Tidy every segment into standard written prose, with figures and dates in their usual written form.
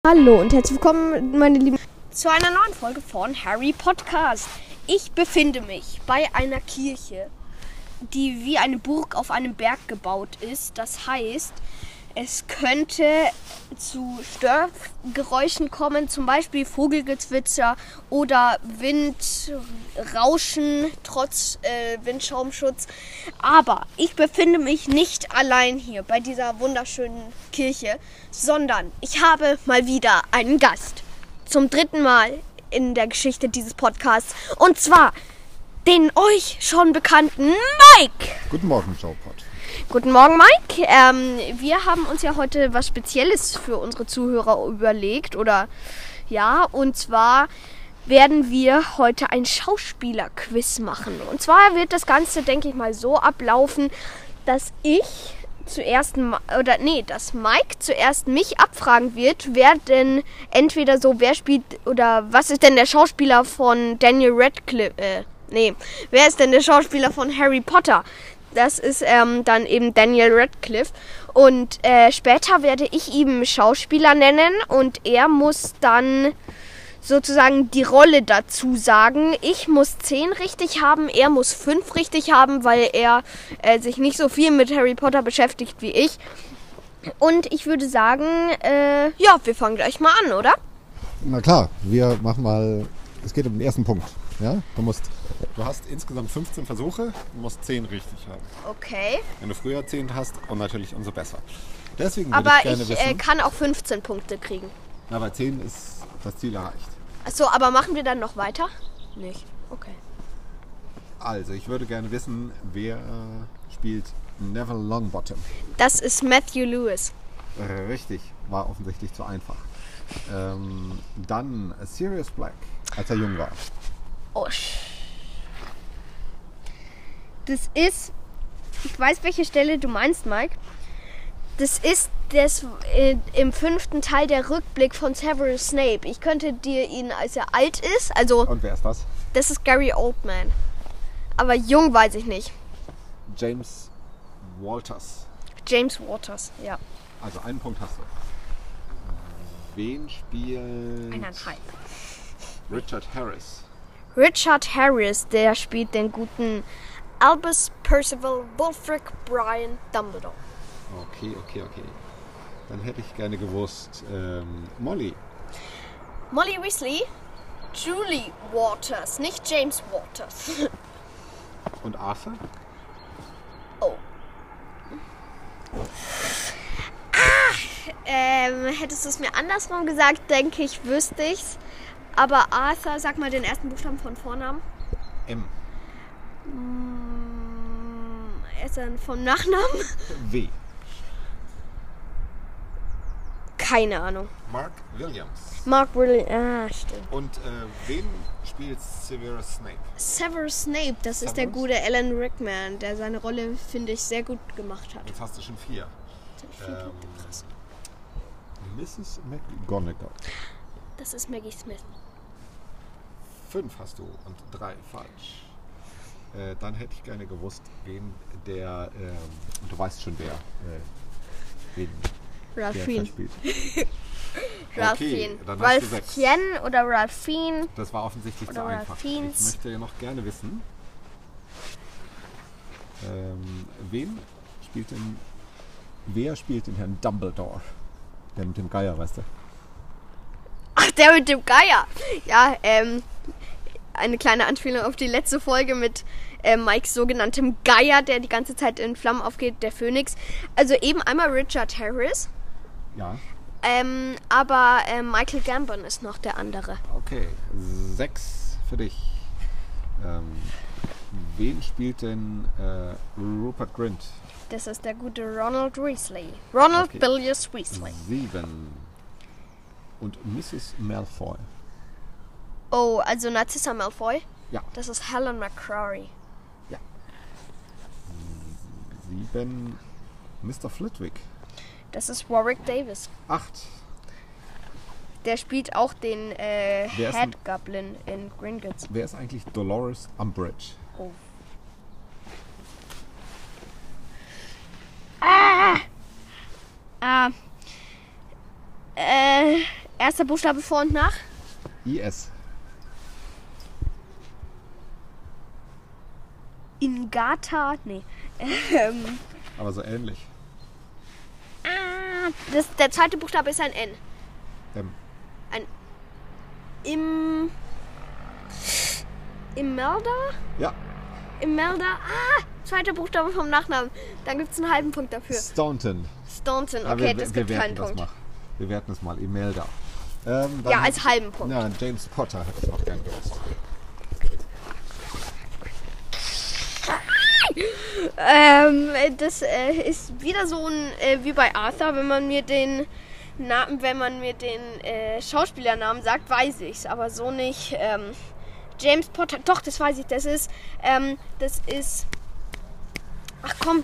Hallo und herzlich willkommen, meine Lieben, zu einer neuen Folge von Harry Podcast. Ich befinde mich bei einer Kirche, die wie eine Burg auf einem Berg gebaut ist. Das heißt, es könnte zu Störgeräuschen kommen, zum Beispiel Vogelgezwitscher oder Windrauschen trotz Windschaumschutz. Aber ich befinde mich nicht allein hier bei dieser wunderschönen Kirche, sondern ich habe mal wieder einen Gast. Zum 3. Mal in der Geschichte dieses Podcasts. Und zwar den euch schon bekannten Mike. Guten Morgen, JoePod. Guten Morgen, Mike. Wir haben uns ja heute was Spezielles für unsere Zuhörer überlegt. Und zwar werden wir heute ein Schauspieler-Quiz machen. Und zwar wird das Ganze, denke ich mal, so ablaufen, dass dass Mike zuerst mich abfragen wird, wer spielt oder was ist denn der Schauspieler von wer ist denn der Schauspieler von Harry Potter? Das ist dann eben Daniel Radcliffe. Und später werde ich ihm Schauspieler nennen und er muss dann sozusagen die Rolle dazu sagen. Ich muss 10 richtig haben, er muss 5 richtig haben, weil er sich nicht so viel mit Harry Potter beschäftigt wie ich. Und ich würde sagen, wir fangen gleich mal an, oder? Na klar, wir machen mal, es geht um den ersten Punkt. Ja? Du hast insgesamt 15 Versuche, du musst 10 richtig haben. Okay. Wenn du früher 10 hast, und natürlich umso besser. Deswegen aber ich gerne wissen, kann auch 15 Punkte kriegen. Na, bei 10 ist das Ziel erreicht. Achso, aber machen wir dann noch weiter? Nicht. Okay. Also, ich würde gerne wissen, wer spielt Neville Longbottom? Das ist Matthew Lewis. Richtig, war offensichtlich zu einfach. Dann Sirius Black, als er jung war. Oh, das ist, ich weiß, welche Stelle du meinst, Mike. Das ist im 5. Teil der Rückblick von Severus Snape. Ich könnte dir ihn, als er alt ist, also... Und wer ist das? Das ist Gary Oldman. Aber jung weiß ich nicht. James Walters. James Waters, ja. Also einen Punkt hast du. Wen spielt... 1,5. Richard Harris. Richard Harris, der spielt den guten Albus Percival Wulfric Brian Dumbledore. Okay. Dann hätte ich gerne gewusst, Molly Weasley, Julie Waters, nicht James Waters. Und Arthur? Oh. Hättest du es mir andersrum gesagt, denke ich, wüsste ich's. Aber Arthur, sag mal den ersten Buchstaben von Vornamen. M. Er ist dann vom Nachnamen? W. Keine Ahnung. Mark Williams. Stimmt. Und wen spielt Severus Snape? Severus Snape, das ist der gute Alan Rickman, der seine Rolle, finde ich, sehr gut gemacht hat. Jetzt hast du schon 4. Krass. Mrs. McGonagall. Das ist Maggie Smith. 5 hast du und 3 falsch. Dann hätte ich gerne gewusst, wen der, du weißt schon wen Ralph der Fiennes. spielt. Ralph Okay, Fiennes. dann hast du Ralph 6. Fiennes oder Ralph Fiennes. Das war offensichtlich Oder zu Ralph einfach. Fiennes. Ich möchte noch gerne wissen, wer spielt den Herrn Dumbledore? Der mit dem Geier, weißt du? Ach, der mit dem Geier. Ja, eine kleine Anspielung auf die letzte Folge mit Mikes sogenanntem Geier, der die ganze Zeit in Flammen aufgeht, der Phönix. Also eben einmal Richard Harris. Ja. Aber Michael Gambon ist noch der andere. Okay, 6 für dich. Wen spielt denn Rupert Grint? Das ist der gute Ronald Weasley. Ronald Okay. Bilius Weasley. 7. Und Mrs. Malfoy. Oh, also Narcissa Malfoy? Ja. Das ist Helen McCrory. 7. Mr. Flitwick. Das ist Warwick Davis. 8. Der spielt auch den ist Head Goblin in Gringotts. Wer ist eigentlich Dolores Umbridge? Oh. Erster Buchstabe vor und nach. IS. Ingata, nee. Aber so ähnlich. Der zweite Buchstabe ist ein N. M. Imelda? Ja. Imelda. Zweiter Buchstabe vom Nachnamen. Dann gibt es einen halben Punkt dafür. Staunton. Staunton, Ja, okay, das gibt keinen Punkt. Wir werten es mal. Imelda. Ja, als halben Punkt. Ja, James Potter hätte ich noch gern gewusst. Das ist wieder so ein wie bei Arthur, wenn man mir den Schauspielernamen sagt, weiß ich's, aber so nicht. James Potter, doch, das weiß ich. Das ist. Ach komm.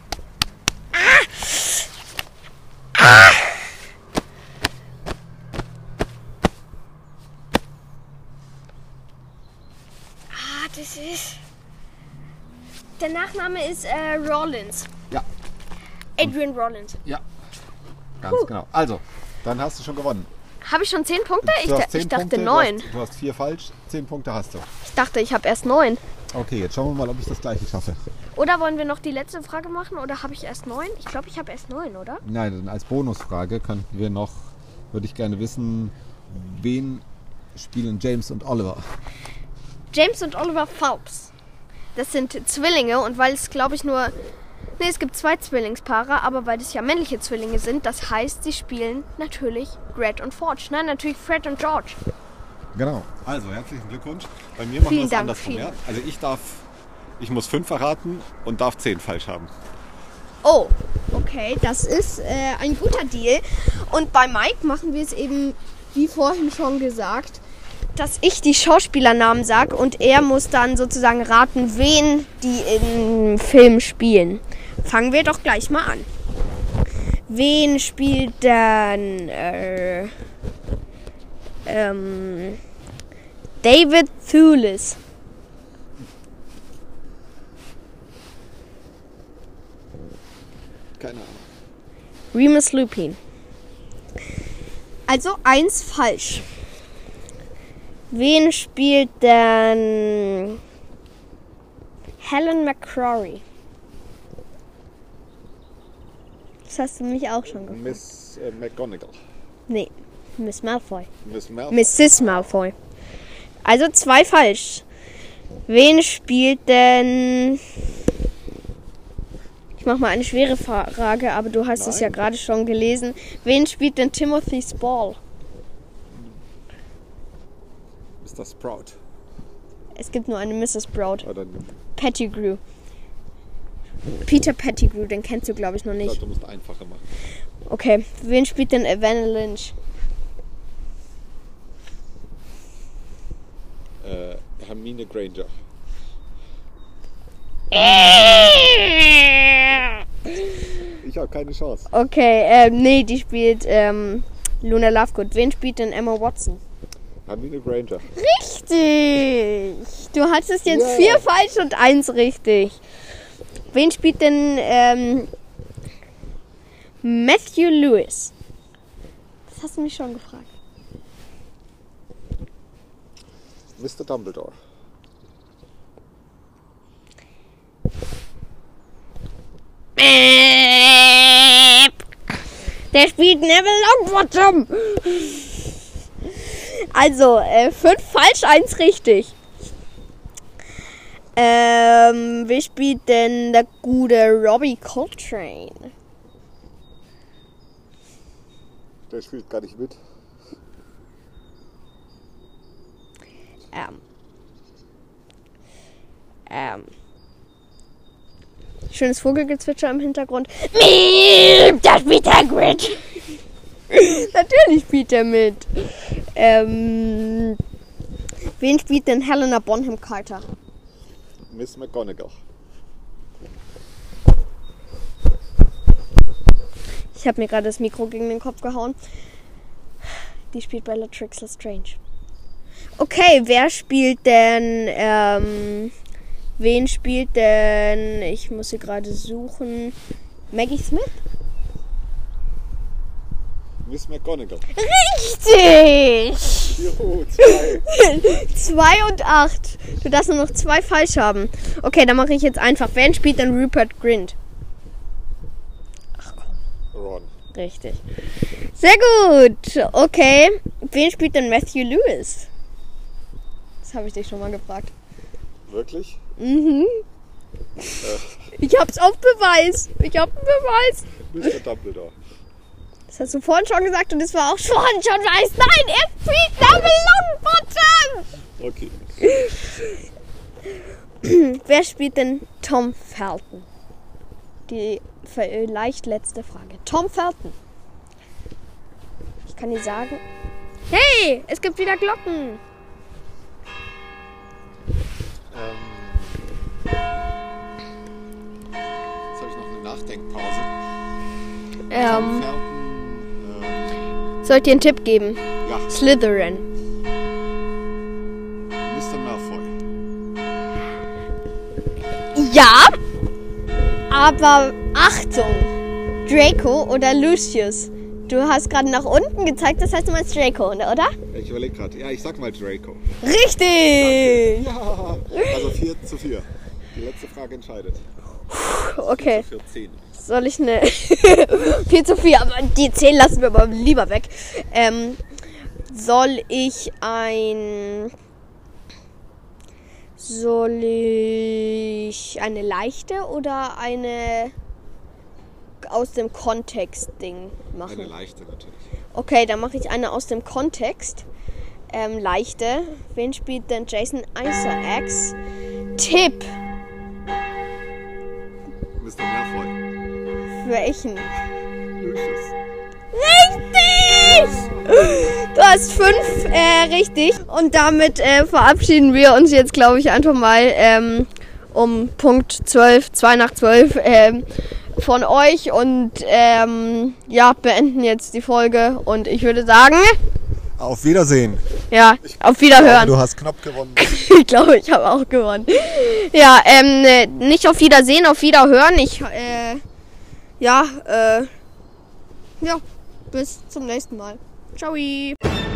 Das ist. Der Nachname ist Rollins. Ja. Adrian Rollins. Ja. Ganz genau. Also, dann hast du schon gewonnen. Habe ich schon 10 Punkte? Du hast 10 ich dachte Punkte, 9. Du hast 4 falsch, 10 Punkte hast du. Ich dachte, ich habe erst 9. Okay, jetzt schauen wir mal, ob ich das gleiche schaffe. Oder wollen wir noch die letzte Frage machen? Oder habe ich erst 9? Ich glaube, ich habe erst 9, oder? Nein, dann als Bonusfrage könnten wir noch, würde ich gerne wissen, wen spielen James und Oliver? James und Oliver Phelps. Das sind Zwillinge und weil es, glaube ich, es gibt 2 Zwillingspaare, aber weil es ja männliche Zwillinge sind, das heißt, sie spielen natürlich Fred und George. Nein, natürlich Fred und George. Genau. Also, herzlichen Glückwunsch. Bei mir machen wir es andersrum. Dank. Ja? Also ich muss 5 erraten und darf 10 falsch haben. Oh, okay, das ist ein guter Deal. Und bei Mike machen wir es eben, wie vorhin schon gesagt, dass ich die Schauspielernamen sage und er muss dann sozusagen raten, wen die im Film spielen. Fangen wir doch gleich mal an. Wen spielt dann David Thewlis? Keine Ahnung. Remus Lupin. Also 1 falsch. Wen spielt denn Helen McCrory? Das hast du mich auch schon gefragt. Miss McGonagall. Nee, Miss Malfoy. Miss Malfoy. Mrs. Malfoy. Also 2 falsch. Wen spielt denn... Ich mache mal eine schwere Frage, aber du hast es ja gerade schon gelesen. Wen spielt denn Timothy Spall? Mr. Sprout. Es gibt nur eine Mrs. Sprout. Oder Pettigrew. Peter Pettigrew, den kennst du, glaube ich, noch ich nicht. glaube, du musst einfacher machen. Okay, wen spielt denn Evanna Lynch? Hermine Granger. Ich habe keine Chance. Okay, nee, die spielt Luna Lovegood. Wen spielt denn Emma Watson? Hermine Granger. Richtig! Du hattest jetzt 4 falsch und 1 richtig. Wen spielt denn Matthew Lewis? Das hast du mich schon gefragt. Mr. Dumbledore. Der spielt Neville Longbottom. Also, 5 falsch, 1 richtig. Wer spielt denn der gute Robbie Coltrane? Der spielt gar nicht mit. Schönes Vogelgezwitscher im Hintergrund. Der spielt Hagrid. Natürlich spielt er mit. Wen spielt denn Helena Bonham Carter? Miss McGonagall. Ich habe mir gerade das Mikro gegen den Kopf gehauen. Die spielt Bellatrix Lestrange. Okay, wer spielt denn... wen spielt denn... Ich muss sie gerade suchen. Maggie Smith? Miss McGonagall. Richtig! Juhu, 2. 2 und 8. Du darfst nur noch 2 falsch haben. Okay, dann mache ich jetzt einfach. Wen spielt denn Rupert Grint? Ron. Richtig. Sehr gut. Okay. Wen spielt denn Matthew Lewis? Das habe ich dich schon mal gefragt. Wirklich? Mhm. Ich hab's auf Beweis. Ich hab einen Beweis. Mr. Dumbledore. Das hast du vorhin schon gesagt und es war auch vorhin schon weiß. Nein, er spielt Neville Longbottom. Okay. Wer spielt denn Tom Felton? Die vielleicht letzte Frage. Tom Felton. Ich kann dir sagen... Hey, es gibt wieder Glocken. Jetzt habe ich noch eine Nachdenkpause. Soll ich dir einen Tipp geben? Ja. Slytherin. Mr. Malfoy. Ja, aber Achtung. Draco oder Lucius? Du hast gerade nach unten gezeigt, das heißt du meinst Draco, oder? Ich überlege gerade. Ja, ich sag mal Draco. Richtig! Ja, also 4:4. Die letzte Frage entscheidet. Okay. 4:10. Soll ich eine 4:4, aber die 10 lassen wir aber lieber weg. Soll ich eine leichte oder eine aus dem Kontext-Ding machen? Eine leichte natürlich. Okay, dann mache ich eine aus dem Kontext. Leichte. Wen spielt denn Jason Isaacs? Tipp. Mr. Malfoy. Welchen? Lucius. Richtig! Du hast 5 richtig. Und damit verabschieden wir uns jetzt, glaube ich, einfach mal um Punkt 12, 2 nach 12 von euch. Und ja, beenden jetzt die Folge. Und ich würde sagen... Auf Wiedersehen. Ja, auf Wiederhören. Du hast knapp gewonnen. Ich glaube, ich habe auch gewonnen. Ja, nicht auf Wiedersehen, auf Wiederhören. Ja, bis zum nächsten Mal. Ciao.